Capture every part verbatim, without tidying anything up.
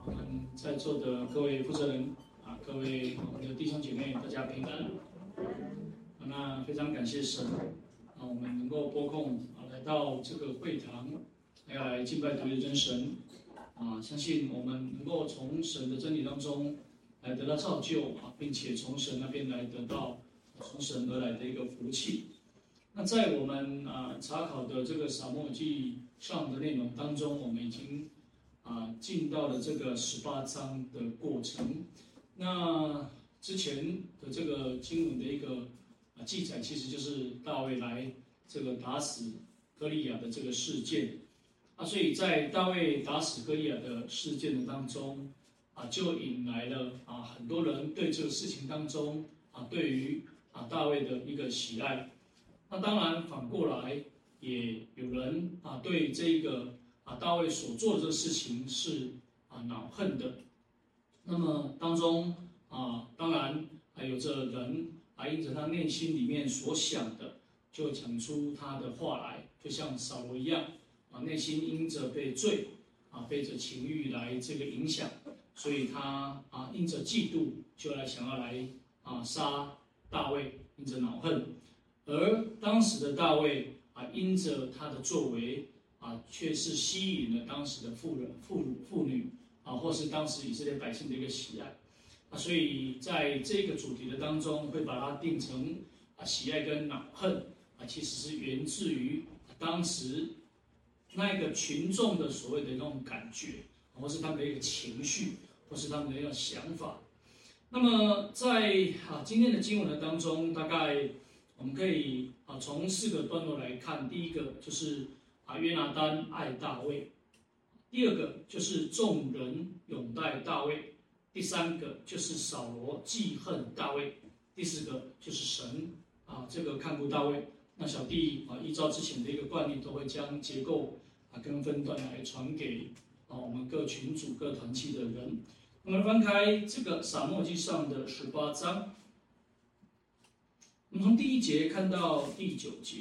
我们在座的各位负责人啊，各位我们的弟兄姐妹，大家平安。啊、那非常感谢神啊，我们能够拨空啊来到这个会堂，要来敬拜独一真神啊，相信我们能够从神的真理当中来得到造就啊，并且从神那边来得到从神而来的一个福气。那在我们啊查考的这个撒母耳记上的内容当中，我们已经啊进到了这个十八章的过程。那之前的这个经文的一个啊记载，其实就是大卫来这个打死歌利亚的这个事件啊，所以在大卫打死歌利亚的事件的当中啊，就引来了啊很多人对这个事情当中啊对于啊大卫的一个喜爱。那当然，反过来也有人啊对这个啊大卫所做的这个事情是啊恼恨的。那么当中啊，当然还有着人啊因着他内心里面所想的，就讲出他的话来，就像扫罗一样啊，内心因着被罪啊被着情欲来这个影响，所以他啊因着嫉妒就来想要来啊杀大卫，因着恼恨。而当时的大卫啊，因着他的作为啊，却是吸引了当时的妇人、妇妇女啊，或是当时以色列百姓的一个喜爱啊，所以在这个主题的当中，会把它定成啊喜爱跟恼恨啊，其实是源自于当时那一个群众的所谓的那种感觉，或是他们的一个情绪，或是他们的一个想法。那么在啊今天的经文的当中，大概我们可以啊从四个段落来看。第一个就是啊约拿单爱大卫，第二个就是众人拥戴大卫，第三个就是扫罗记恨大卫，第四个就是神啊这个看顾大卫。那小弟啊依照之前的一个惯例，都会将结构啊跟分段来传给啊我们各群组各团契的人。我们翻开这个撒母耳记上的十八章。我们从第一节看到第九节，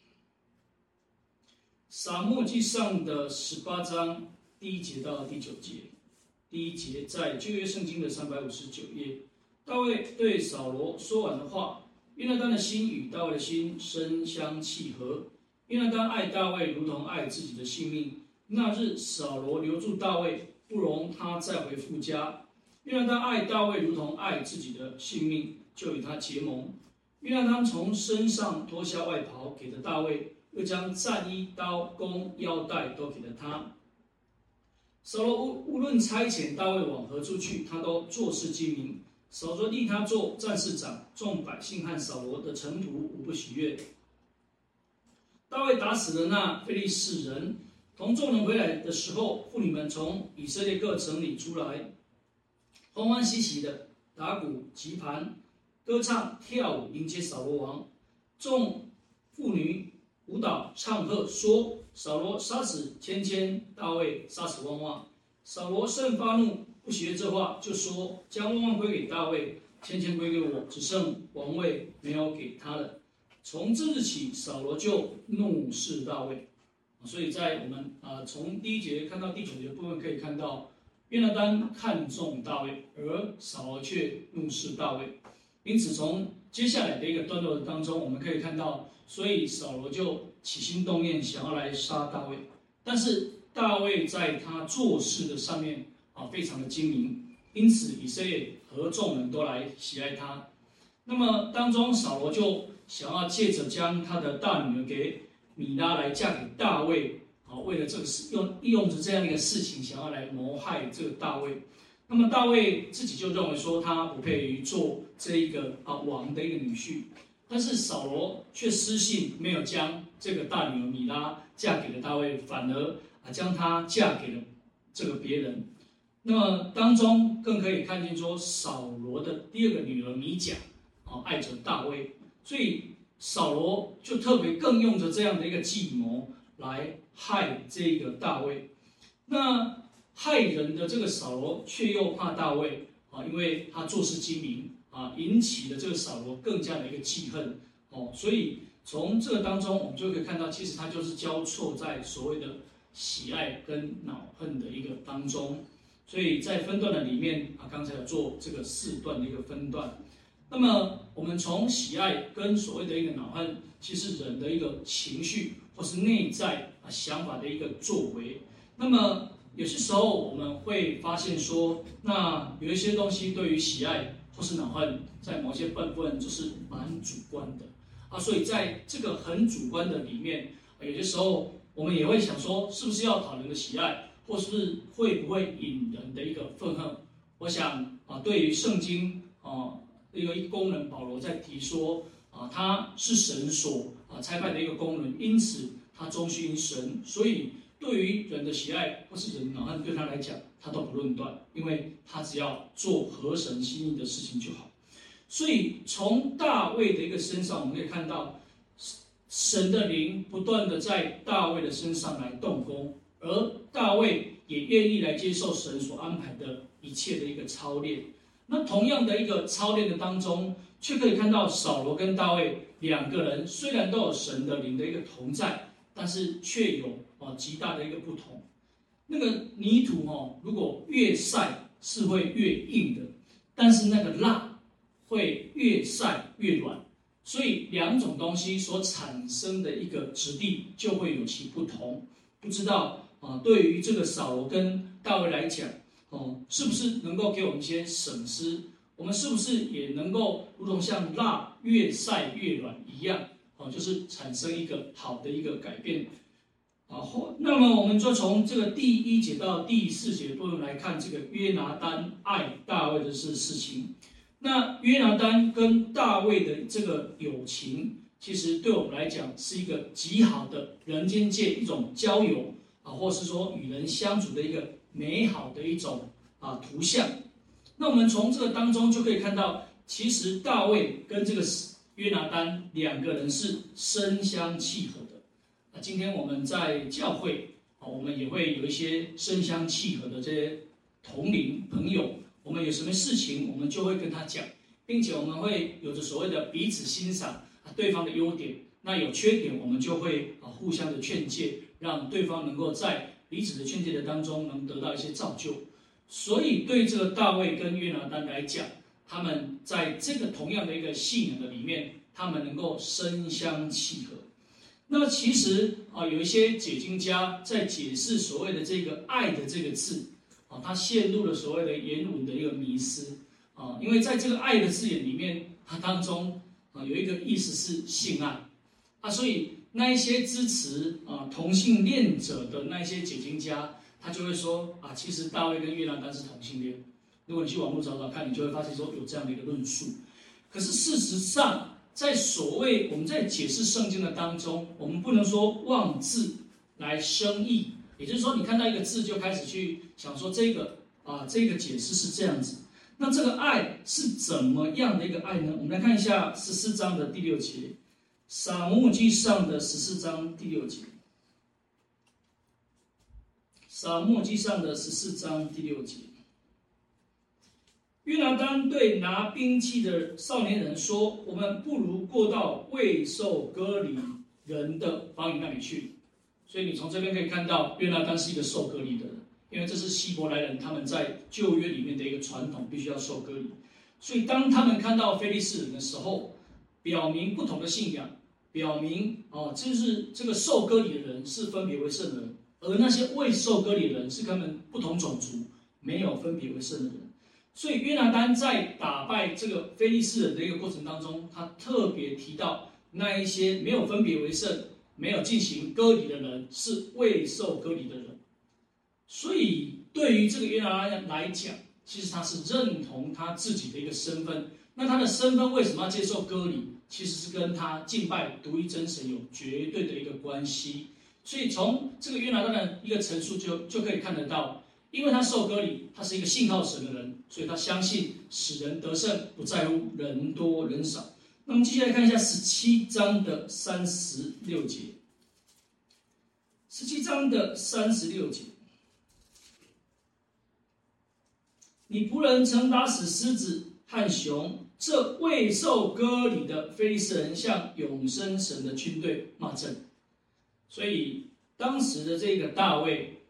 撒母耳记上的十八章第一节到第九节。第一节在旧约圣经的三百五十九页，大卫对扫罗说完的话，约拿单的心与大卫的心深相契合。约拿单爱大卫如同爱自己的性命。那日扫罗留住大卫，不容他再回父家。约拿单爱大卫如同爱自己的性命，就与他结盟。约拿单从身上脱下外袍给了大卫，又将战衣、刀、弓、腰带都给了他。扫罗无无论差遣大卫往何处去，他都做事精明。扫罗立他做战士长，众百姓和扫罗的臣仆无不喜悦。大卫打死了那非利士人，同众人回来的时候，妇女们从以色列各城里出来，欢欢喜喜的打鼓、击盘、歌唱跳舞迎接扫罗王。众妇女舞蹈唱和，说：扫罗杀死千千，大卫杀死万万。扫罗甚发怒，不喜悦这话，就说：将万万归给大卫，千千归给我，只剩王位没有给他了。从这日起，扫罗就怒视大卫。所以在我们啊从第一节看到第九节的部分，可以看到约拿单看重大卫，而扫罗却怒视大卫。因此，从接下来的一个段落当中，我们可以看到，所以扫罗就起心动念，想要来杀大卫。但是大卫在他做事的上面啊，非常的精明，因此以色列和众人都来喜爱他。那么当中，扫罗就想要借着将他的大女儿给米拉来嫁给大卫，啊，为了这个事用用着这样的一个事情，想要来谋害这个大卫。那么大卫自己就认为说他不配于做这一个啊王的一个女婿，但是扫罗却失信，没有将这个大女儿米拉嫁给了大卫，反而啊将她嫁给了这个别人。那么当中更可以看见说，扫罗的第二个女儿米甲啊爱着大卫，所以扫罗就特别更用着这样的一个计谋来害这个大卫。那害人的这个扫罗却又怕大卫啊，因为他做事精明啊，引起了这个扫罗更加的一个记恨哦。所以从这个当中，我们就可以看到，其实他就是交错在所谓的喜爱跟恼恨的一个当中。 所以在分段的里面啊，刚才有做这个四段的一个分段。那么我们从喜爱跟所谓的一个恼恨，其实人的一个情绪或是内在啊想法的一个作为。那么有些时候我们会发现说，那有一些东西对于喜爱或是恼恨，在某些部分就是蛮主观的啊，所以在这个很主观的里面，有些时候我们也会想说，是不是要讨人的喜爱，或是会不会引人的一个愤恨？我想啊，对于圣经啊。一个工人保罗在提说啊，他是神所啊差派的一个工人，因此他忠心于神，所以对于人的喜爱或是人的恼恨，对他来讲，他都不论断，因为他只要做合神心意的事情就好。所以从大卫的一个身上，我们可以看到神的灵不断的在大卫的身上来动工，而大卫也愿意来接受神所安排的一切的一个操练。那同样的一个操练的当中，却可以看到扫罗跟大卫两个人虽然都有神的灵的一个同在，但是却有啊极大的一个不同。那个泥土哦，如果越晒是会越硬的，但是那个蜡会越晒越软，所以两种东西所产生的一个质地就会有其不同。不知道啊，对于这个扫罗跟大卫来讲，哦，是不是能够给我们一些省思？我们是不是也能够如同像蜡越晒越软一样，哦，就是产生一个好的一个改变？好，那么我们就从这个第一节到第四节部分来看这个约拿单爱大卫的事事情。那约拿单跟大卫的这个友情，其实对我们来讲是一个极好的人间界一种交友啊，或是说与人相处的一个美好的一种啊图像。那我们从这个当中就可以看到，其实大卫跟这个约拿单两个人是深相契合的。那今天我们在教会啊，我们也会有一些深相契合的这些同龄朋友，我们有什么事情，我们就会跟他讲，并且我们会有着所谓的彼此欣赏啊对方的优点，那有缺点我们就会啊互相的劝诫，让对方能够在彼此的劝诫的当中能得到一些造就。所以对这个大卫跟约拿单来讲，他们在这个同样的一个信仰的里面，他们能够深相契合。那其实啊，有一些解经家在解释所谓的这个爱的这个字啊，他陷入了所谓的原文的一个迷思啊，因为在这个爱的字眼里面，它当中啊有一个意思是性爱啊，所以那一些支持啊同性恋者的那一些解经家，他就会说啊，其实大卫跟约拿单是同性恋。如果你去网络找找看，你就会发现说有这样的一个论述。可是事实上，在所谓我们在解释圣经的当中，我们不能说妄字来生义，也就是说，你看到一个字就开始去想说这个啊，这个解释是这样子。那这个爱是怎么样的一个爱呢？我们来看一下十四章的第六节，撒母耳记上的十四章第六节，撒母耳记上的十四章第六节。约拿单对拿兵器的少年人说：“我们不如过到未受割礼人的防营那里去。”所以你从这边可以看到，约拿单是一个受割礼的人，因为这是希伯来人他们在旧约里面的一个传统，必须要受割礼。所以当他们看到非利士人的时候，表明不同的信仰，表明哦，就是这个受割礼的人是分别为圣的人，而那些未受割礼的人是跟他们不同种族，没有分别为圣的人。所以约拿单在打败这个非利士人的一个过程当中，他特别提到那一些没有分别为圣、没有进行割礼的人是未受割礼的人。所以对于这个约拿单来讲，其实他是认同他自己的一个身份。那他的身份为什么要接受割礼？其实是跟他敬拜独一真神有绝对的一个关系。所以从这个约拿单的一个陈述就就可以看得到。因为他受割礼，他是一个信靠神的人，所以他相信使人得胜，不在乎人多人少。那么接下来看一下十七章的三十六节。十七章的三十六节，你仆人曾打死狮子和熊，这未受割礼的非利士人向永生神的军队骂阵。所以当时的这个大卫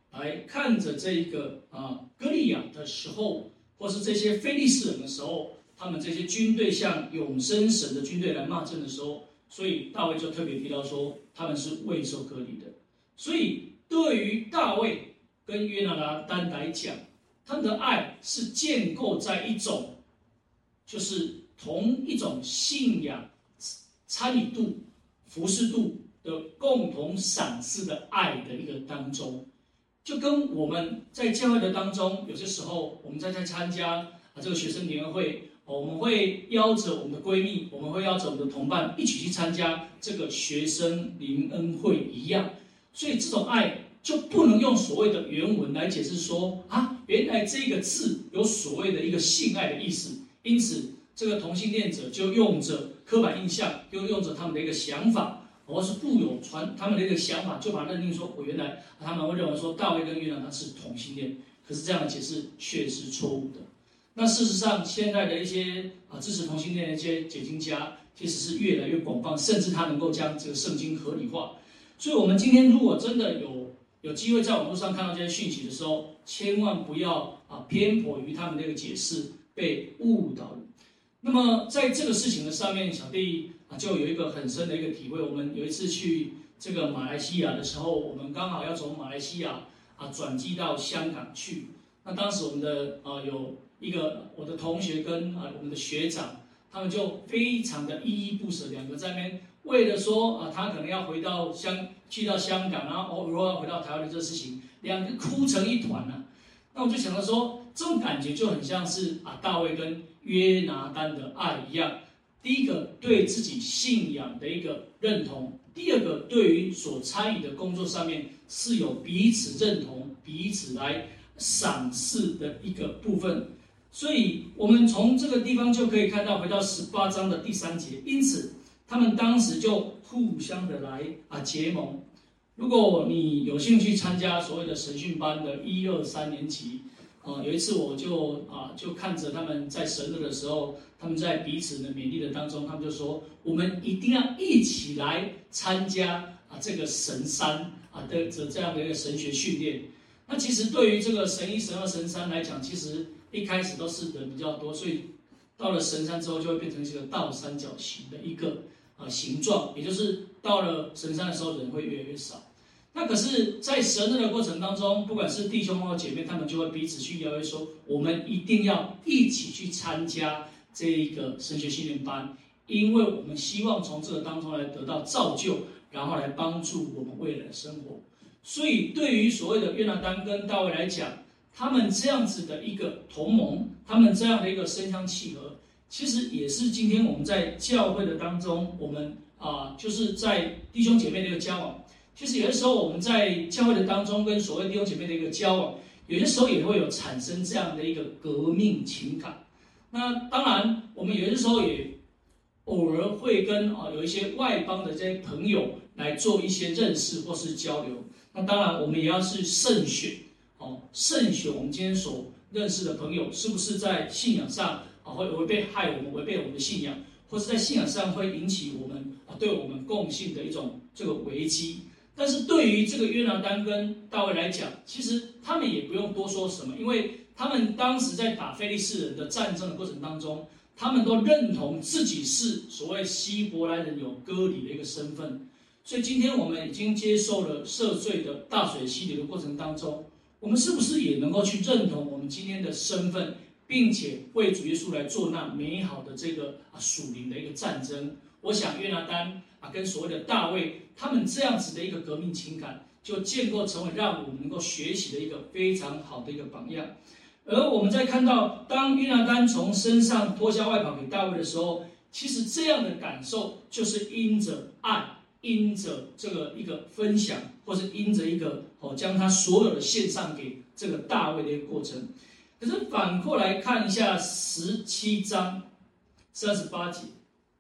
来看着这个啊歌利亚的时候，或是这些非利士人的时候，他们这些军队向永生神的军队来骂阵的时候，所以大卫就特别提到说，他们是未受割礼的。所以对于大卫跟约拿单来讲，他们的爱是建构在一种，就是同一种信仰、参与度、服侍度的共同赏赐的爱的一个当中。就跟我们在教会的当中，有些时候我们在在参加啊这个学生联合会，我们会邀着我们的闺蜜，我们会邀着我们的同伴一起去参加这个学生灵恩会一样。所以这种爱就不能用所谓的原文来解释说啊，原来这个字有所谓的一个性爱的意思，因此这个同性恋者就用着刻板印象，又用着他们的一个想法。或是固有传他们的一个想法，就把它认定说，我原来他们会认为说大卫跟约拿他是同性恋，可是这样的解释却是错误的。那事实上，现在的一些啊支持同性恋的一些解经家，其实是越来越广泛，甚至他能够将这个圣经合理化。所以，我们今天如果真的有有机会在网络上看到这些讯息的时候，千万不要啊偏颇于他们的一个解释，被误导。那么，在这个事情的上面，小弟啊就有一个很深的一个体会。我们有一次去这个马来西亚的时候，我们刚好要从马来西亚啊转机到香港去。那当时我们的啊有一个我的同学跟啊我们的学长，他们就非常的依依不舍，两个在那边为了说啊他可能要回到香去到香港，然后偶尔要回到台湾的这个事情，两个哭成一团啊。那我就想到说，这种感觉就很像是啊大卫跟约拿单的爱一样。第一个对自己信仰的一个认同，第二个对于所参与的工作上面是有彼此认同、彼此来赏识的一个部分。所以我们从这个地方就可以看到，回到十八章的第三节，因此他们当时就互相的来啊结盟。如果你有兴趣参加所谓的神训班的一二三年级，啊，有一次我就啊就看着他们在神日的时候，他们在彼此的勉励的当中，他们就说，我们一定要一起来参加啊这个神三啊的这样的一个神学训练。那其实对于这个神一、神二、神三来讲，其实一开始都是人比较多，所以到了神三之后，就会变成这个倒三角形的一个啊形状，也就是到了神三的时候，人会越来越少。那可是，在神日的过程当中，不管是弟兄或姐妹，他们就会彼此去邀约说，我们一定要一起去参加这一个神学训练班，因为我们希望从这个当中来得到造就，然后来帮助我们未来的生活。所以，对于所谓的约拿单跟大卫来讲，他们这样子的一个同盟，他们这样的一个声相契合，其实也是今天我们在教会的当中，我们啊，就是在弟兄姐妹的一个交往。其实有的时候我们在教会的当中跟所谓弟兄姐妹的一个交往，有些时候也会有产生这样的一个革命情感。那当然，我们有些时候也偶尔会跟啊有一些外邦的这些朋友来做一些认识或是交流。那当然，我们也要是慎选哦，慎选我们今天所认识的朋友是不是在信仰上啊会违背害我们、违背我们的信仰，或是在信仰上会引起我们啊对我们共信的一种这个危机。但是对于这个约拿单跟大卫来讲，其实他们也不用多说什么，因为他们当时在打非利士人的战争的过程当中，他们都认同自己是所谓希伯来人有割礼的一个身份。所以今天我们已经接受了赦罪的大水洗礼的过程当中，我们是不是也能够去认同我们今天的身份，并且为主耶稣来做那美好的这个啊属灵的一个战争？我想约拿单啊跟所谓的大卫，他们这样子的一个革命情感，就建构成为让我们能够学习的一个非常好的一个榜样。而我们在看到当约拿单从身上脱下外袍给大卫的时候，其实这样的感受就是因着爱，因着这个一个分享，或是因着一个哦将他所有的献上给这个大卫的一个过程。可是反过来看一下十七章三十八节。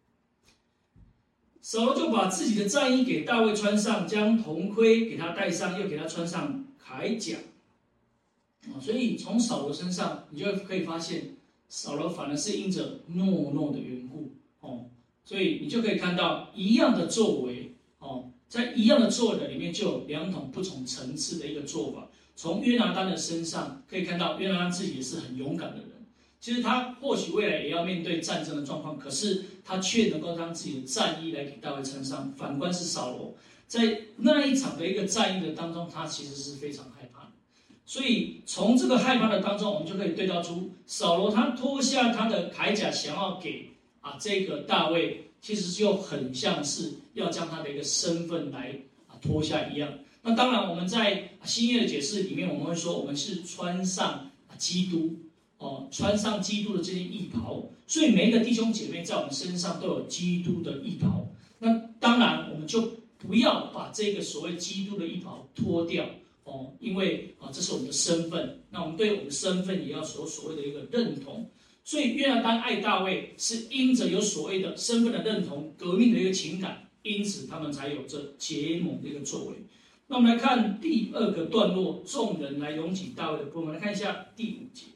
扫罗就把自己的战衣给大卫穿上，将铜盔给他戴上，又给他穿上铠甲。所以从扫罗身上，你就可以发现，扫罗反而是因着懦弱的缘故哦，所以你就可以看到一样的作为哦，在一样的作为的里面，就有两种不同层次的一个做法。 从约拿单的身上可以看到，约拿单自己也是很勇敢的人。其实他或许未来也要面对战争的状况，可是他却能够让自己的战衣来给大卫穿上。反观是扫罗，在那一场的一个战役的当中，他其实是非常害怕的。所以从这个害怕的当中，我们就可以对照出扫罗他脱下他的铠甲，想要给啊这个大卫，其实就很像是要将他的一个身份来啊脱下一样。那当然，我们在新约的解释里面，我们会说我们是穿上基督。哦，穿上基督的这件义袍，所以每一个弟兄姐妹在我们身上都有基督的义袍。那当然，我们就不要把这个所谓基督的义袍脱掉哦，因为啊，这是我们的身份。那我们对我们的身份也要有所谓的一个认同。所以约拿单爱大卫，是因着有所谓的身份的认同、革命的一个情感，因此他们才有这结盟的一个作为。那我们来看第二个段落，众人来拥挤大卫的部分，我们来看一下第五节。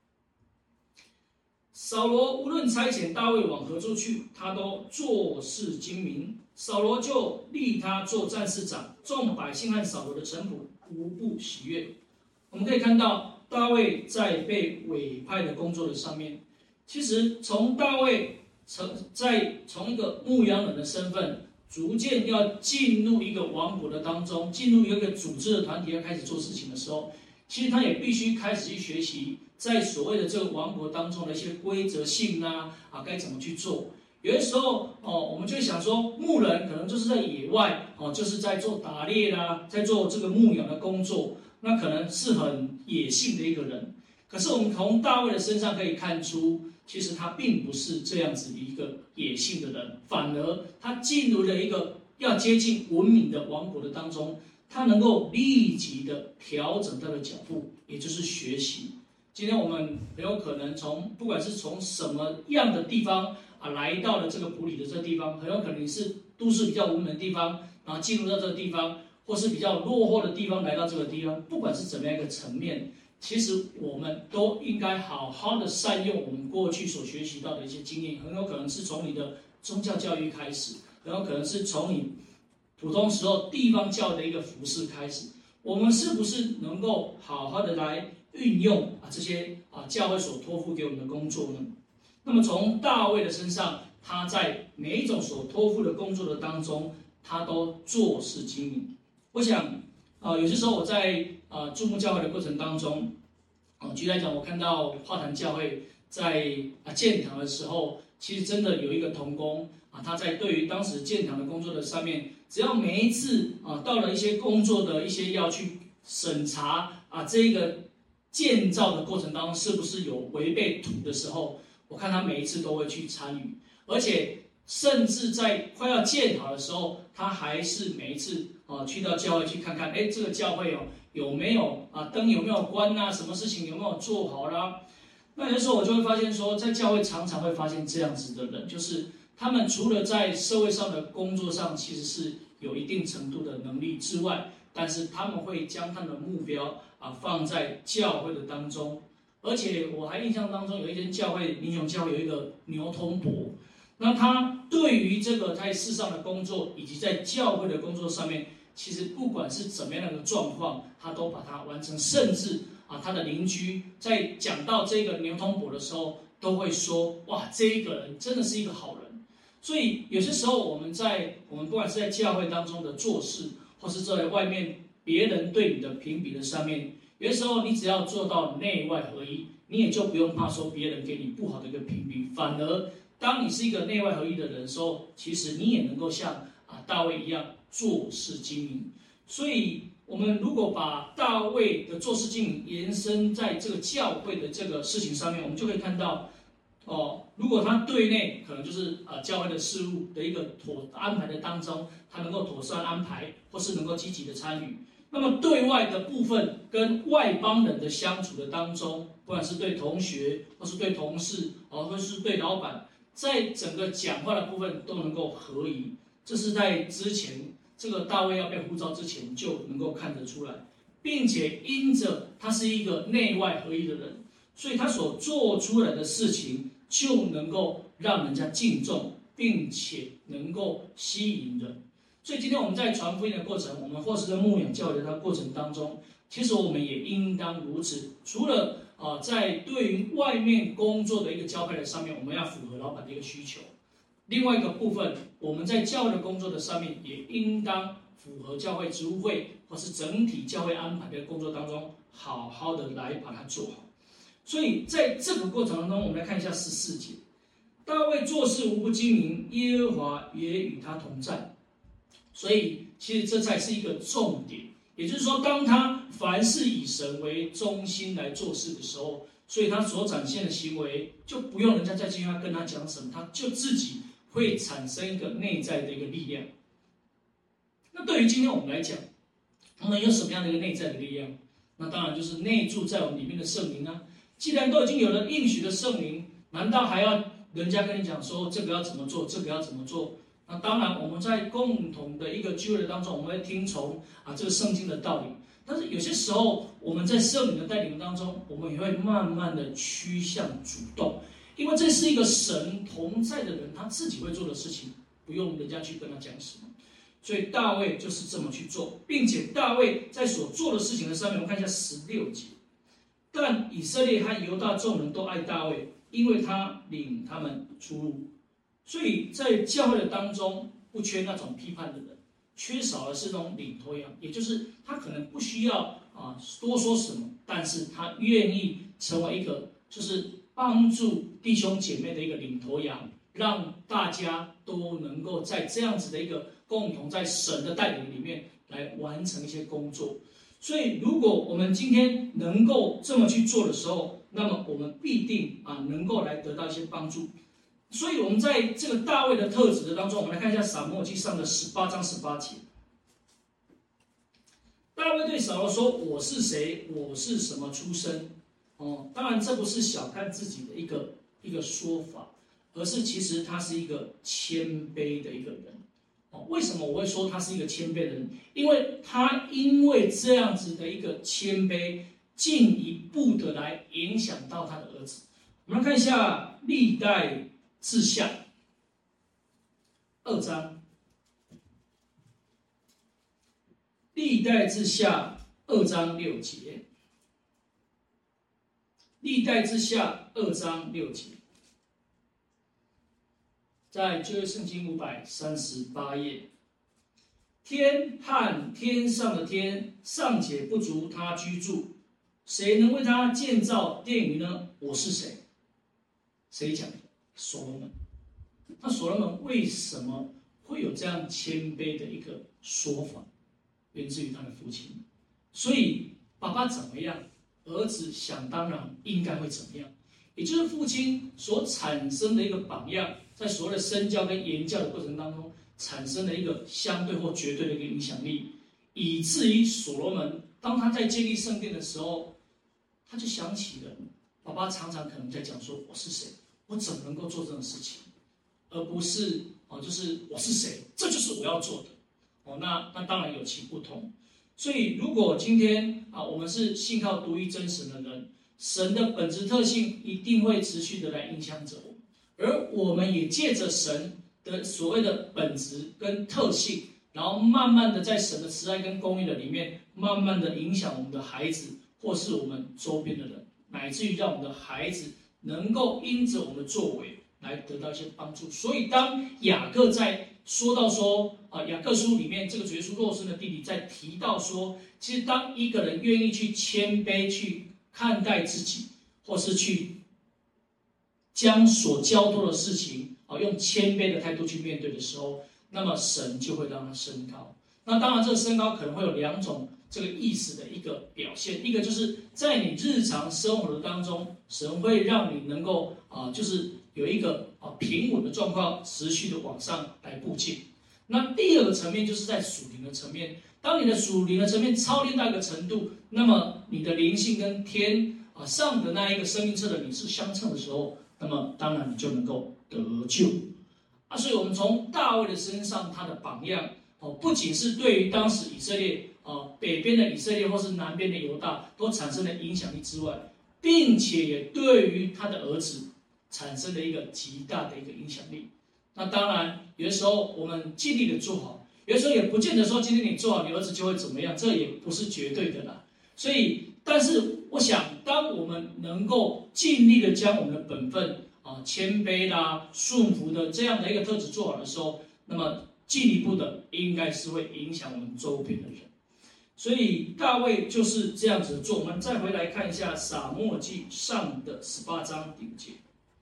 扫罗无论差遣大卫往何处去，他都做事精明。扫罗就立他做战士长，众百姓和扫罗的臣仆无不喜悦。我们可以看到大卫在被委派的工作的上面，其实从大卫从在从一个牧羊人的身份，逐渐要进入一个王国的当中，进入一个组织的团体，要开始做事情的时候，其实他也必须开始去学习。在所谓的这个王国当中的一些规则性啊，啊该怎么去做？有的时候哦，我们就会想说，牧人可能就是在野外哦，就是在做打猎啦，在做这个牧羊的工作，那可能是很野性的一个人。可是我们从大卫的身上可以看出，其实他并不是这样子的一个野性的人，反而他进入了一个要接近文明的王国的当中，他能够立即的调整他的脚步，也就是学习。今天我们很有可能从不管是从什么样的地方啊来到了这个埔里的这个地方，很有可能是都市比较文明的地方，然后进入到这个地方，或是比较落后的地方来到这个地方，不管是怎么样一个层面，其实我们都应该好好的善用我们过去所学习到的一些经验，很有可能是从你的宗教教育开始，很有可能是从你普通时候地方教的一个服事开始，我们是不是能够好好的来运用啊这些啊教会所托付给我们的工作呢？那么从大卫的身上，他在每一种所托付的工作的当中，他都做事精明。我想啊，有些时候我在啊注目教会的过程当中，啊举例来讲，我看到花坛教会在啊建堂的时候，其实真的有一个同工啊，他在对于当时建堂的工作的上面，只要每一次啊到了一些工作的一些要去审查啊这个建造的过程当中是不是有违背土的时候，我看他每一次都会去参与，而且甚至在快要建好的时候，他还是每一次啊去到教会去看看，哎，这个教会哦有没有啊灯有没有关啊，什么事情有没有做好啦？那有时候我就会发现说，在教会常常会发现这样子的人，就是他们除了在社会上的工作上其实是有一定程度的能力之外，但是他们会将他们的目标啊放在教会的当中。而且我还印象当中有一间教会，民雄教会有一个牛通伯，那他对于这个在世上的工作以及在教会的工作上面，其实不管是怎么样的状况，他都把它完成，甚至啊他的邻居在讲到这个牛通伯的时候，都会说哇，这一个人真的是一个好人。所以有些时候我们在我们不管是在教会当中的做事，或是在外面别人对你的评比的上面，有些时候你只要做到内外合一，你也就不用怕说别人给你不好的一个评比，反而当你是一个内外合一的人的时候，其实你也能够像啊大卫一样做事精明。所以我们如果把大卫的做事精明延伸在这个教会的这个事情上面，我们就可以看到哦，如果他对内可能就是呃教会的事务的一个妥安排的当中，他能够妥善安排，或是能够积极的参与。那么对外的部分跟外邦人的相处的当中，不管是对同学，或是对同事，哦，或是对老板，在整个讲话的部分都能够合宜。这是在之前这个大卫要被呼召之前就能够看得出来，并且因着他是一个内外合一的人，所以他所做出来的事情就能够让人家敬重，并且能够吸引人。 所以今天我们在传福音的过程，我们或是在牧养教育的过程当中，其实我们也应当如此。除了啊、呃，在对于外面工作的一个交配的上面，我们要符合老板的一个需求。另外一个部分，我们在教会的工作的上面，也应当符合教会职务会或是整体教会安排的工作当中，好好的来把它做好。所以在这个过程当中，我们来看一下十四节，大卫做事无不精明，耶和华也与他同在。所以其实这才是一个重点，也就是说，当他凡事以神为中心来做事的时候，所以他所展现的行为就不用人家再去跟他讲什么，他就自己会产生一个内在的一个力量。那对于今天我们来讲，我们有什么样的一个内在的力量？那当然就是内住在我们里面的圣灵啊。既然都已经有了应许的圣灵，难道还要人家跟你讲说这个要怎么做，这个要怎么做？那当然，我们在共同的一个聚会当中，我们会听从啊这个圣经的道理。但是有些时候，我们在圣灵的带领当中，我们也会慢慢的趋向主动，因为这是一个神同在的人，他自己会做的事情，不用人家去跟他讲什么。所以大卫就是这么去做，并且大卫在所做的事情的上面，我们看一下十六节。但以色列和犹大众人都爱大卫，因为他领他们出入。所以在教会的当中，不缺那种批判的人，缺少的是那种领头羊，也就是他可能不需要啊多说什么，但是他愿意成为一个就是帮助弟兄姐妹的一个领头羊，让大家都能够在这样子的一个共同在神的带领里面来完成一些工作。所以如果我们今天能够这么去做的时候，那么我们必定啊能够来得到一些帮助。所以我们在这个大卫的特质的当中，我们来看一下撒母耳记上的十八章十八节。大卫对扫罗说：“我是谁？我是什么出身？”哦，当然这不是小看自己的一个一个说法，而是其实他是一个谦卑的一个人。哦，为什么我会说他是一个谦卑的人？因为他因为这样子的一个谦卑，进一步的来影响到他的儿子。我们来看一下历代志下二章，历代志下二章六节，历代志下二章六节，在旧约圣经五百三十八页。天和天上的天尚且不足他居住，谁能为他建造殿宇呢？我是谁？谁讲的？所罗门。那所罗门为什么会有这样谦卑的一个说法？源自于他的父亲。所以爸爸怎么样，儿子想当然应该会怎么样，也就是父亲所产生的一个榜样，在所谓的身教跟言教的过程当中，产生了一个相对或绝对的一个影响力，以至于所罗门当他在建立圣殿的时候，他就想起了爸爸常常可能在讲说：“我是谁？我怎么能够做这种事情？”而不是哦，就是我是谁，这就是我要做的哦。那那当然有其不同。所以，如果今天啊，我们是信靠独一真神的人，神的本质特性一定会持续的来影响着我们，而我们也借着神的所谓的本质跟特性，然后慢慢的在神的慈爱跟公义的里面，慢慢的影响我们的孩子，或是我们周边的人，乃至于让我们的孩子能够因着我们的作为来得到一些帮助。所以当雅各在说到说啊，雅各书里面这个主耶稣肉身的弟弟在提到说，其实当一个人愿意去谦卑去看待自己，或是去将所交托的事情啊用谦卑的态度去面对的时候，那么神就会让他升高。那当然这个升高可能会有两种这个意思的一个表现，一个就是在你日常生活的当中，神会让你能够啊、呃，就是有一个啊平稳的状况，持续的往上来步进。那第二个层面就是在属灵的层面，当你的属灵的层面操练到一个程度，那么你的灵性跟天啊上的那一个生命册的你是相称的时候，那么当然你就能够得救啊。所以我们从大卫的身上，他的榜样哦，不仅是对于当时以色列啊北边的以色列或是南边的犹大都产生了影响力之外，并且也对于他的儿子产生了一个极大的一个影响力。那当然，有的时候我们尽力的做好， 有的时候也不见得说今天你做好，你儿子就会怎么样，这也不是绝对的啦。所以，但是我想，当我们能够尽力的将我们的本分啊、谦卑啦、顺服的这样的一个特质做好的时候，那么进一步的应该是会影响我们周边的人。所以大卫就是这样子做。我们再回来看一下撒母耳记上的十八章第五节。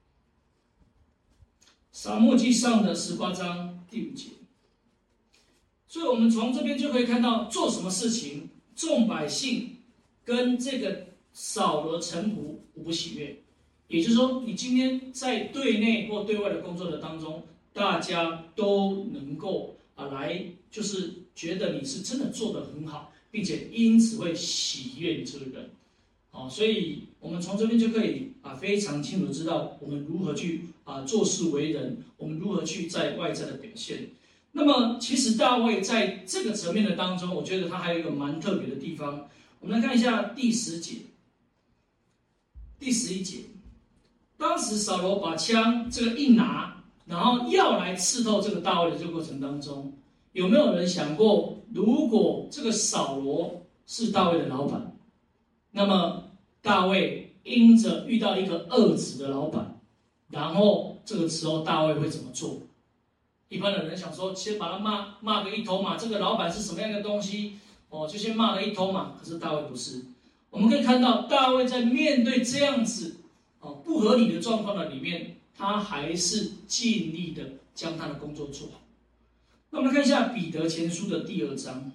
撒母耳记上的十八章第五节。所以我们从这边就可以看到，做什么事情，众百姓跟这个扫罗臣仆无不喜悦。也就是说，你今天在对内或对外的工作的当中，大家都能够啊来，就是觉得你是真的做得很好，并且因此会喜悦你这个人。好，所以我们从这边就可以啊非常清楚知道我们如何去啊做事为人，我们如何去在外在的表现。那么，其实大卫在这个层面的当中，我觉得他还有一个蛮特别的地方。我们来看一下第十节、第十一节。当时扫罗把枪这个一拿，然后要来刺透这个大卫的这个过程当中，有没有人想过，如果这个扫罗是大卫的老板，那么大卫因着遇到一个恶子的老板，然后这个时候大卫会怎么做？一般的人想说，先把他骂骂个一通嘛，这个老板是什么样的东西，哦，就先骂个一通嘛。可是大卫不是，我们可以看到大卫在面对这样子哦不合理的状况的里面，他还是尽力的将他的工作做好。那我们来看一下彼得前书的第二章，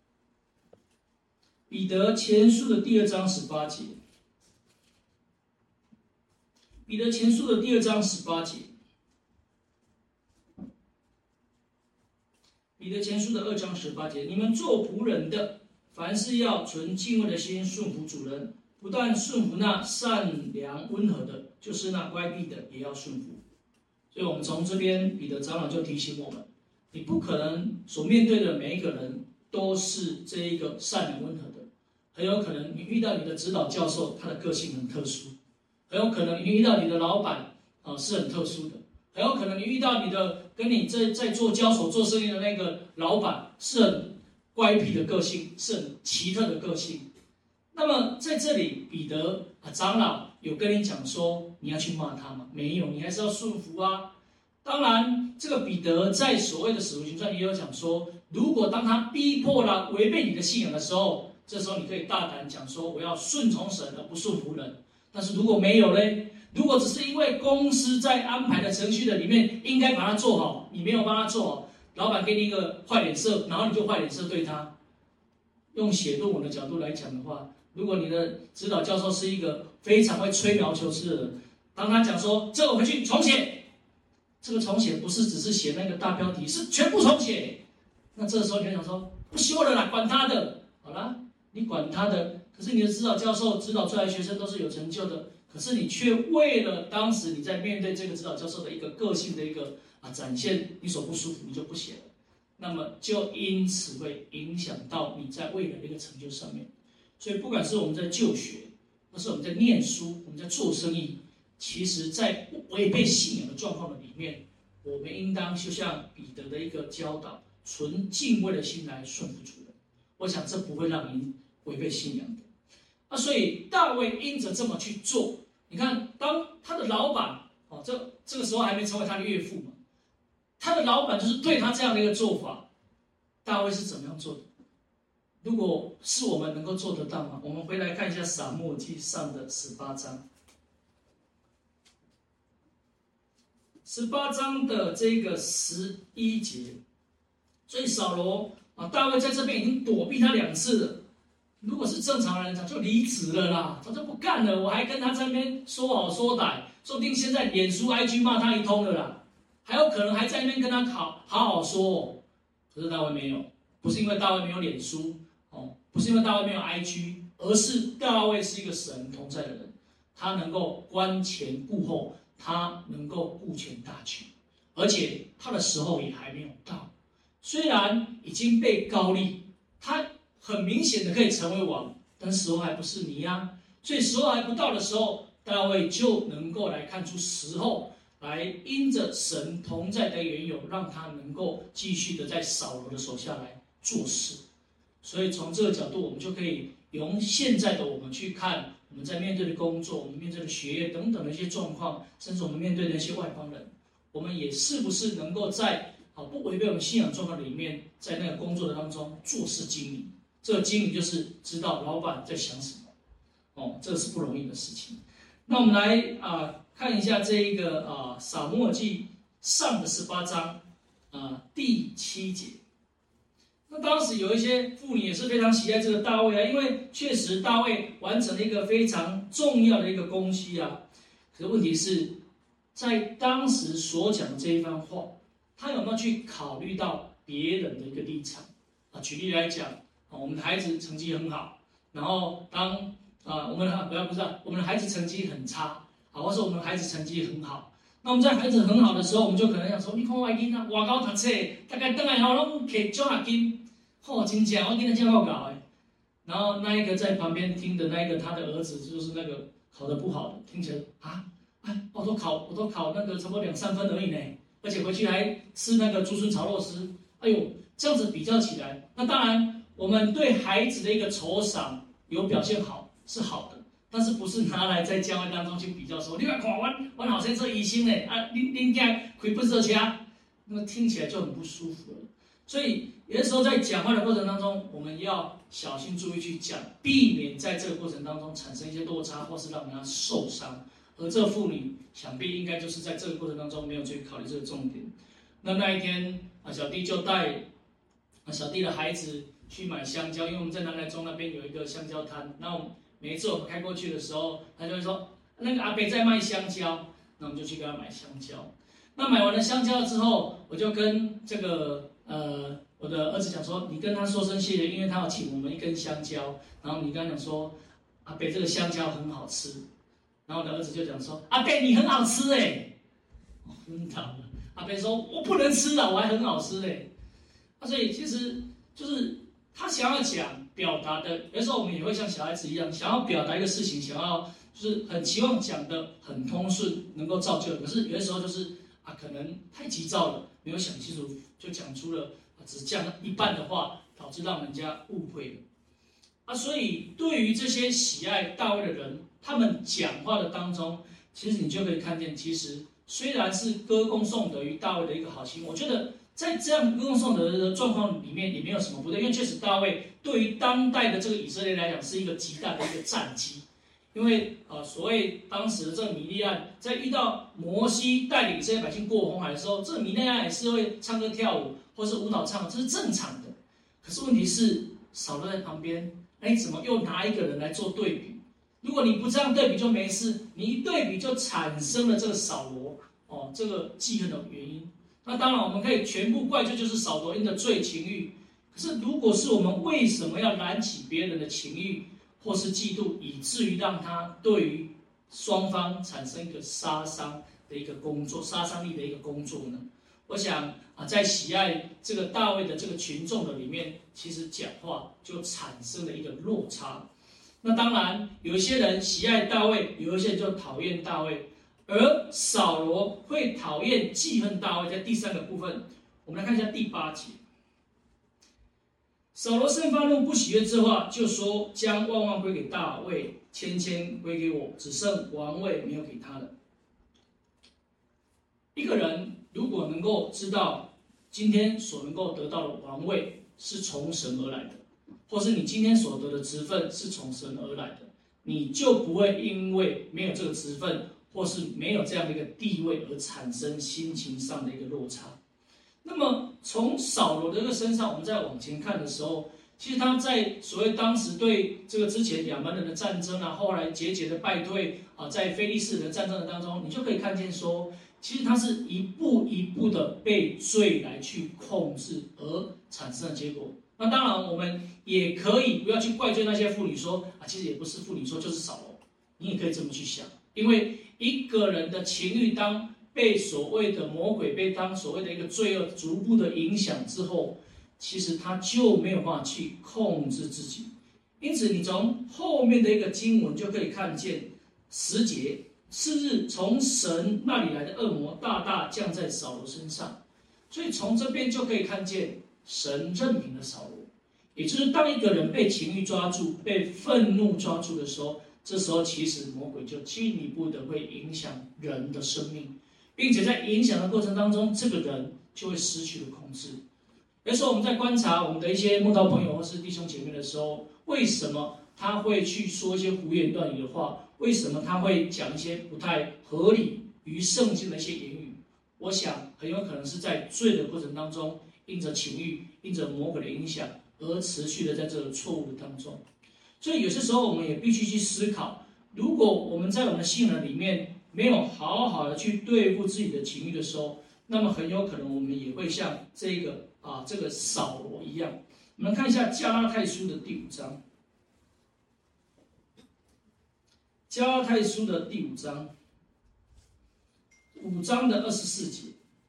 彼得前书的第二章十八节，彼得前书的第二章十八节。彼得前书的二章十八节，你们做仆人的，凡事要存敬畏的心顺服主人，不但顺服那善良温和的，就是那乖僻的也要顺服。所以我们从这边彼得长老就提醒我们，你不可能所面对的每一个人都是这一个善良温和的，很有可能你遇到你的指导教授，他的个性很特殊，很有可能你遇到你的老板啊、呃、是很特殊的，很有可能你遇到你的跟你在在做交手做生意的那个老板是很乖僻的个性，是很奇特的个性。那么在这里，彼得啊长老有跟你讲说，你要去骂他吗？没有，你还是要顺服啊。当然，这个彼得在所谓的使徒行传也有讲说，如果当他逼迫了违背你的信仰的时候，这时候你可以大胆讲说，我要顺从神而不顺服人。但是如果没有嘞？如果只是因为公司在安排的程序的里面应该把它做好，你没有帮他做好，老板给你一个坏脸色，然后你就坏脸色对他。用写论文的角度来讲的话，如果你的指导教授是一个非常会吹毛求疵的人，当他讲说这个回去重写，这个重写不是只是写那个大标题，是全部重写。那这时候你就想说不修了啦，管他的，好啦，你管他的。可是你的指导教授指导出来的学生都是有成就的。可是你却为了当时你在面对这个指导教授的一个个性的一个啊展现，你所不舒服，你就不写了，那么就因此会影响到你在未来的一个成就上面。所以不管是我们在就学，或是我们在念书，我们在做生意，其实在违背信仰的状况的里面，我们应当就像彼得的一个教导，存敬畏的心来顺服主人。我想这不会让您违背信仰的。那所以大卫因着这么去做，你看，当他的老板哦，这这个时候还没成为他的岳父嘛，他的老板就是对他这样的一个做法，大卫是怎么样做的？如果是我们能够做得到吗？我们回来看一下撒母耳记上的十八章，十八章的这个十一节，所以扫罗啊，大卫在这边已经躲避他两次了。如果是正常人，早就离职了啦，早就不干了。我还跟他在那边说好说歹，说不定现在脸书、I G 骂他一通了啦，还有可能还在那边跟他好好好说哦。可是大卫没有，不是因为大卫没有脸书哦，不是因为大卫没有 I G， 而是大卫是一个神同在的人，他能够观前顾后，他能够顾全大局，而且他的时候也还没有到。虽然已经被高立，他很明显的可以成为王，但时候还不是你呀、啊，所以时候还不到的时候，大卫就能够来看出时候来因着神同在的缘由，让他能够继续的在扫罗的手下来做事。所以从这个角度，我们就可以用现在的我们去看我们在面对的工作、我们面对的学业等等的一些状况，甚至我们面对的一些外邦人，我们也是不是能够在好不违背我们信仰状况里面，在那个工作的当中做事精明。这个精明就是知道老板在想什么，哦，这是不容易的事情。那我们来啊、呃、看一下这一个啊、呃、撒母耳记上的十八章啊、呃、第七节。那当时有一些妇女也是非常喜爱这个大卫啊，因为确实大卫完成了一个非常重要的一个功绩啊。可是问题是，在当时所讲的这一番话，他有没有去考虑到别人的一个立场啊？举例来讲，啊，我们的孩子成绩很好，然后当啊我们的不要不是、啊、我们的孩子成绩很差，啊，或是我们的孩子成绩很好。那我们在孩子很好的时候，我们就可能想说，你看我的囡仔外高读册，大概回来后拢摕奖学金，吼，真正我囡仔真够搞的。然后那一个在旁边听的那一个他的儿子，就是那个考得不好的，听起来啊，哎，我都考我都考那个差不多两三分而已呢，而且回去还吃那个竹笋炒肉丝，哎呦，这样子比较起来，那当然我们对孩子的一个酬赏有表现好是好的。但是不是拿来在教会当中去比较说，你看看我我好像做医生呢，啊，恁恁囝开不少车，那么听起来就很不舒服了。所以有的时候在讲话的过程当中，我们要小心注意去讲，避免在这个过程当中产生一些落差，或是让人家受伤。而这个妇女想必应该就是在这个过程当中没有去考虑这个重点。那那一天啊，小弟就带啊小弟的孩子去买香蕉，因为我们在南来中那边有一个香蕉摊，那我们。每一次我们开过去的时候，他就会说那个阿伯在卖香蕉，那我们就去给他买香蕉。那买完了香蕉之后，我就跟这个呃我的儿子讲说，你跟他说声谢谢，因为他要请我们一根香蕉。然后你跟他讲说，阿伯这个香蕉很好吃。然后我的儿子就讲说，阿伯你很好吃哎，昏倒了。阿伯说我不能吃了，我还很好吃哎。啊，所以其实就是他想要讲。表达的，有时候我们也会像小孩子一样，想要表达一个事情，想要就是很期望讲的很通顺，能够造就。可是有的时候就是啊，可能太急躁了，没有想清楚，就讲出了啊只讲一半的话，导致让人家误会了。啊，所以对于这些喜爱大卫的人，他们讲话的当中，其实你就可以看见，其实虽然是歌功颂德于大卫的一个好心，我觉得。在这样歌功颂德的状况里面，也没有什么不对，因为确实大卫对于当代的这个以色列来讲是一个极大的一个战绩，因为呃所谓当时的这个米利暗，在遇到摩西带领以色列百姓过红海的时候，这个米利暗也是会唱歌跳舞或是舞蹈唱，这是正常的。可是问题是扫罗在旁边，哎，怎么又拿一个人来做对比？如果你不这样对比就没事，你一对比就产生了这个扫罗哦这个记恨的原因。那当然，我们可以全部怪罪就是扫罗因的罪情欲。可是，如果是我们为什么要燃起别人的情欲或是嫉妒，以至于让他对于双方产生一个杀伤的一个工作、杀伤力的一个工作呢？我想啊，在喜爱这个大卫的这个群众的里面，其实讲话就产生了一个落差。那当然，有一些人喜爱大卫，有一些人就讨厌大卫。而扫罗会讨厌、记恨大卫，在第三个部分，我们来看一下第八节。扫罗甚发怒，不喜悦之话，就说将万万归给大卫，千千归给我，只剩王位没有给他了。一个人如果能够知道今天所能够得到的王位是从神而来的，或是你今天所得的职分是从神而来的，你就不会因为没有这个职分。或是没有这样的一个地位而产生心情上的一个落差。那么从扫罗的这个身上，我们再往前看的时候，其实他在所谓当时对这个之前亚扪人的战争啊，后来节节的败退啊，在非利士人的战争的当中，你就可以看见说，其实他是一步一步的被罪来去控制而产生的结果。那当然，我们也可以不要去怪罪那些妇女说啊，其实也不是妇女说，就是扫罗，你也可以这么去想，因为。一个人的情欲当被所谓的魔鬼被当所谓的一个罪恶逐步的影响之后，其实他就没有办法去控制自己。因此，你从后面的一个经文就可以看见十节， 次日从神那里来的恶魔大大降在扫罗身上，所以从这边就可以看见神任凭了扫罗。也就是当一个人被情欲抓住、被愤怒抓住的时候，这时候其实魔鬼就进一步的会影响人的生命，并且在影响的过程当中，这个人就会失去了控制。有时候我们在观察我们的一些慕道朋友或是弟兄姐妹的时候，为什么他会去说一些胡言乱语的话？为什么他会讲一些不太合理于圣经的一些言语？我想很有可能是在罪的过程当中，因着情欲、因着魔鬼的影响，而持续的在这个错误的当中。所以有些时候我们也必须去思考，如果我们在我们的信仰里面没有好好的去对付自己的情欲的时候，那么很有可能我们也会像这个啊这个扫罗一样。我们看一下加拉太书的第五章。加拉太书的第五章，五章的二十四节，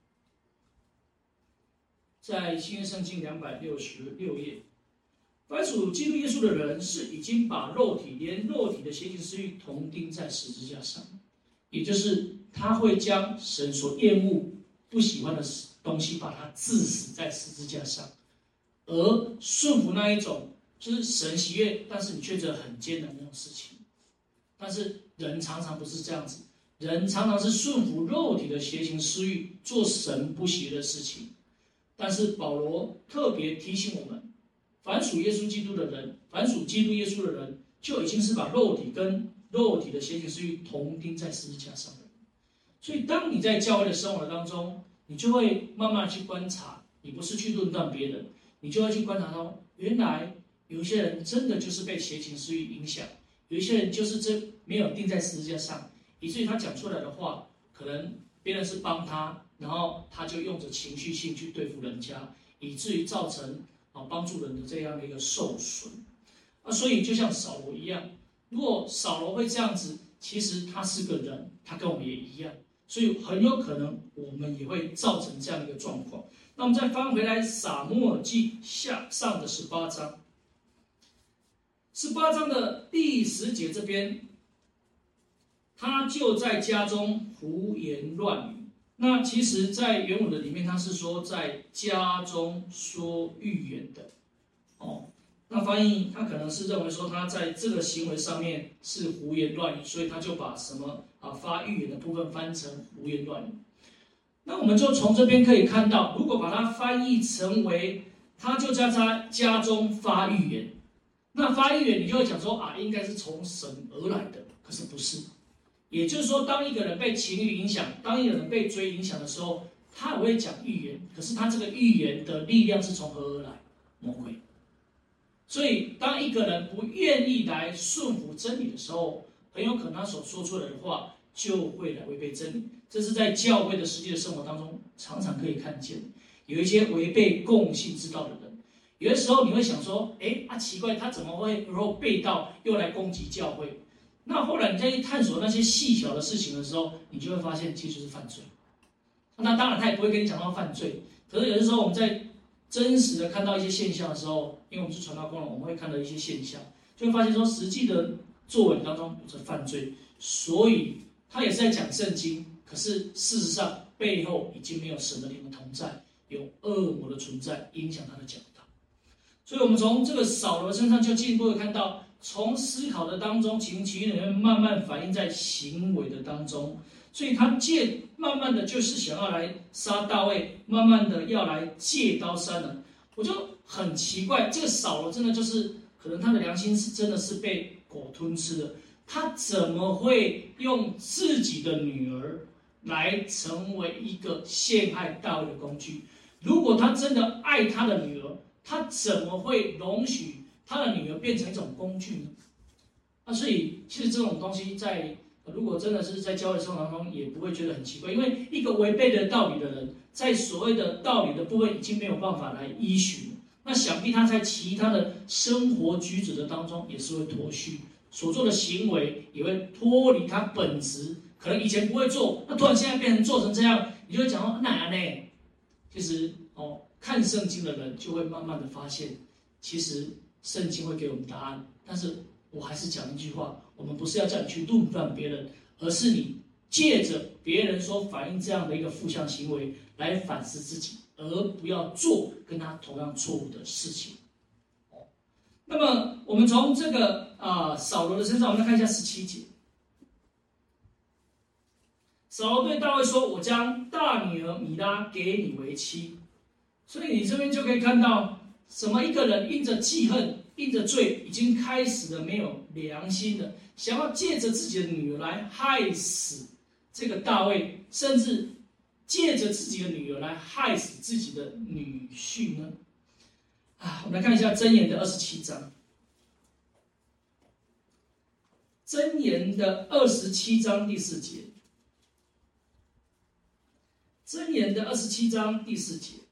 在新约圣经两百六十六页。凡属基督耶稣的人，是已经把肉体连肉体的邪情私欲同钉在十字架上，也就是他会将神所厌恶、不喜欢的东西，把它致死在十字架上，而顺服那一种就是神喜悦，但是你却觉得很艰难的那种事情。但是人常常不是这样子，人常常是顺服肉体的邪情私欲，做神不喜悦的事情。但是保罗特别提醒我们，凡属耶稣基督的人，凡属基督耶稣的人，就已经是把肉体跟肉体的邪情私欲同钉在十字架上的人。所以当你在教会的生活当中，你就会慢慢去观察，你不是去论断别人，你就会去观察到，原来有一些人真的就是被邪情私欲影响，有一些人就是这没有钉在十字架上，以至于他讲出来的话，可能别人是帮他，然后他就用着情绪性去对付人家，以至于造成啊帮助人的这样的一个受损。啊，所以就像扫罗一样，如果扫罗会这样子，其实他是个人，他跟我们也一样，所以很有可能我们也会造成这样的一个状况。那我们再翻回来撒母耳记下上的十八章。十八章的第十节这边，他就在家中胡言乱语。那其实，在原文的里面，他是说在家中说预言的。哦，那翻译他可能是认为说他在这个行为上面是胡言乱语，所以他就把什么啊发预言的部分翻成胡言乱语。那我们就从这边可以看到，如果把它翻译成为他就在他家中发预言。那发预言，你就会讲说啊，应该是从神而来的，可是不是。也就是说，当一个人被情欲影响，当一个人被追影响的时候，他也会讲预言，可是他这个预言的力量是从何而来？魔鬼。所以，当一个人不愿意来顺服真理的时候，很有可能他所说出来的话就会来违背真理。这是在教会的实际的生活当中常常可以看见，有一些违背共信之道的人。有的时候你会想说，哎啊，奇怪，他怎么会然后背道又来攻击教会？那后来你再去探索那些细小的事情的时候，你就会发现其实是犯罪。那当然他也不会跟你讲到犯罪，可是有的时候我们在真实的看到一些现象的时候，因为我们是传道工人，我们会看到一些现象，就会发现说实际的作为当中有着犯罪，所以他也是在讲圣经，可是事实上背后已经没有神的灵的同在，有恶魔的存在影响他的讲道。所以我们从这个扫罗身上就进一步的看到，从思考的当中，情情里面慢慢反映在行为的当中。所以他借慢慢的就是想要来杀大卫，慢慢的要来借刀杀人。我就很奇怪，这个扫罗真的就是可能他的良心是真的是被狗吞吃的，他怎么会用自己的女儿来成为一个陷害大卫的工具？如果他真的爱他的女儿，他怎么会容许他的女儿变成一种工具呢？啊，所以其实这种东西在如果真的是在教会生活当中，也不会觉得很奇怪，因为一个违背的道理的人，在所谓的道理的部分已经没有办法来依循，那想必他在其他的生活举止的当中也是会脱序，所做的行为也会脱离他本质，可能以前不会做，那突然现在变成做成这样，你就会讲说哪样呢？其实哦。看圣经的人就会慢慢的发现，其实圣经会给我们答案。但是我还是讲一句话，我们不是要叫你去论断别人， 而是你借着别人所反映这样的一个负向行为来反思自己，而不要做跟他同样错误的事情。那么我们从这个啊、呃、扫罗的身上，我们来看一下十七节。扫罗对大卫说：“我将大女儿米拉给你为妻。”所以你这边就可以看到，什么一个人因着记恨、因着罪，已经开始了没有良心的，想要借着自己的女儿来害死这个大卫，甚至借着自己的女儿来害死自己的女婿呢？啊，我们来看一下箴言的二十七章。箴言的二十七章第四节。箴言的二十七章第四节。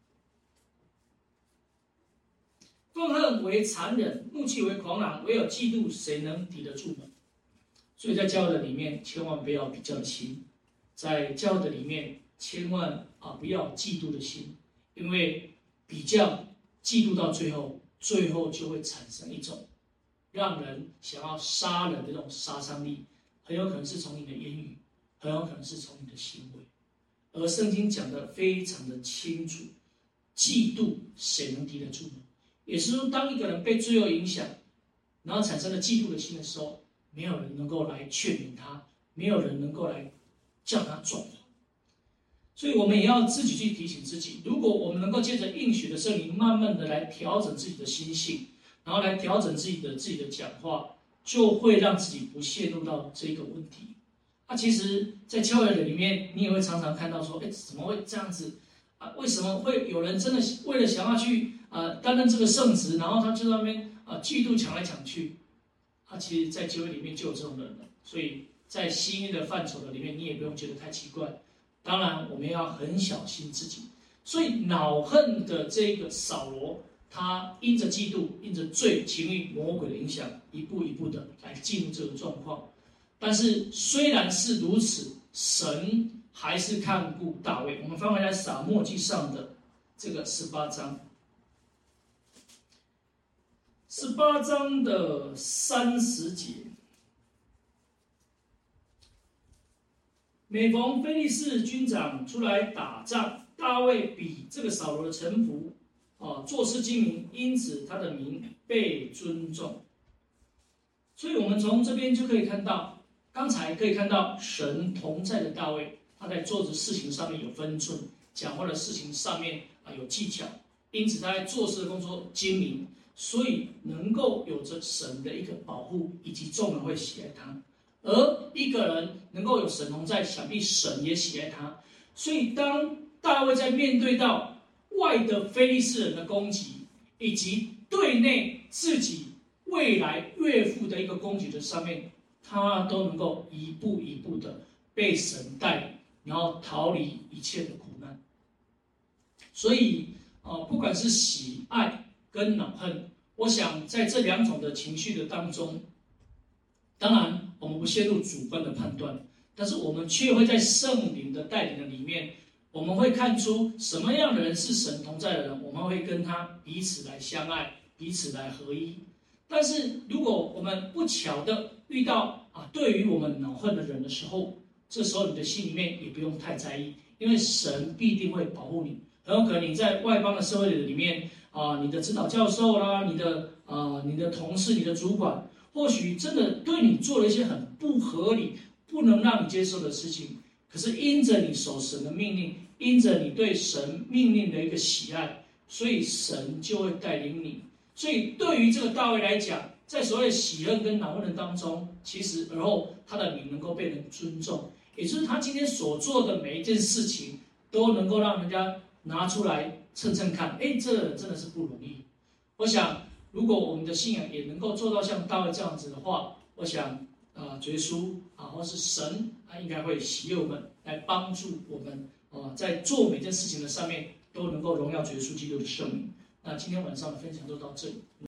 愤恨为残忍，怒气为狂朗，唯有嫉妒，谁能抵得住呢？所以在教的里面，千万不要比较的心，在教的里面，千万啊不要嫉妒的心，因为比较、嫉妒到最后，最后就会产生一种让人想要杀人的这种杀伤力，很有可能是从你的言语，很有可能是从你的行为。而圣经讲的非常的清楚，嫉妒谁能敌得住呢？也就是说，当一个人被罪恶影响，然后产生了嫉妒的心的时候，没有人能够来劝勉他，没有人能够来叫他转化。所以我们也要自己去提醒自己，如果我们能够借着应许的圣灵，慢慢的来调整自己的心性，然后来调整自己的自己的讲话，就会让自己不陷入到这个问题。啊，其实，在教会的里面，你也会常常看到说，哎，怎么会这样子？啊，为什么会有人真的为了想要去呃担任这个圣职，然后他就在那边啊嫉妒抢来抢去？啊，其实，在教会里面就有这种人了。所以在新约的范畴的里面，你也不用觉得太奇怪。当然，我们要很小心自己。所以恼恨的这个扫罗，他因着嫉妒、因着罪、情欲、魔鬼的影响，一步一步的来进入这个状况。但是虽然是如此，神还是看顾大卫。我们翻回来撒母耳记上的这个十八章，十八章的三十节。每逢非利士军长出来打仗，大卫比这个扫罗的臣仆啊做事精明，因此他的名被尊重。所以我们从这边就可以看到，刚才可以看到神同在的大卫，他在做的事情上面有分寸，讲话的事情上面啊有技巧，因此他在做事的工作精明，所以能够有着神的一个保护，以及众人会喜爱他。而一个人能够有神同在，想必神也喜爱他。所以当大卫在面对到外的非利士人的攻击，以及对内自己未来岳父的一个攻击的上面，他都能够一步一步的被神带领，然后逃离一切的苦难。所以，呃，不管是喜爱跟恼恨，我想在这两种的情绪的当中，当然我们不陷入主观的判断，但是我们却会在圣灵的带领的里面，我们会看出什么样的人是神同在的人，我们会跟他彼此来相爱，彼此来合一。但是如果我们不巧的遇到啊对于我们恼恨的人的时候，这时候你的心里面也不用太在意，因为神必定会保护你。很有可能你在外邦的社会里面啊，你的指导教授啦，你的啊你的同事、你的主管，或许真的对你做了一些很不合理、不能让你接受的事情，可是因着你守神的命令，因着你对神命令的一个喜爱，所以神就会带领你。所以对于这个大卫来讲，在所谓的喜恨跟恼恨的当中，其实而后他的名能够被人尊重，也就是他今天所做的每一件事情，都能够让人家拿出来称称看，哎，这个人真的是不容易。我想，如果我们的信仰也能够做到像大卫这样子的话，我想，啊，主耶稣啊，或是神啊，应该会喜悦我们，来帮助我们啊，在做每件事情的上面，都能够荣耀主耶稣基督的圣名。那今天晚上的分享就到这里。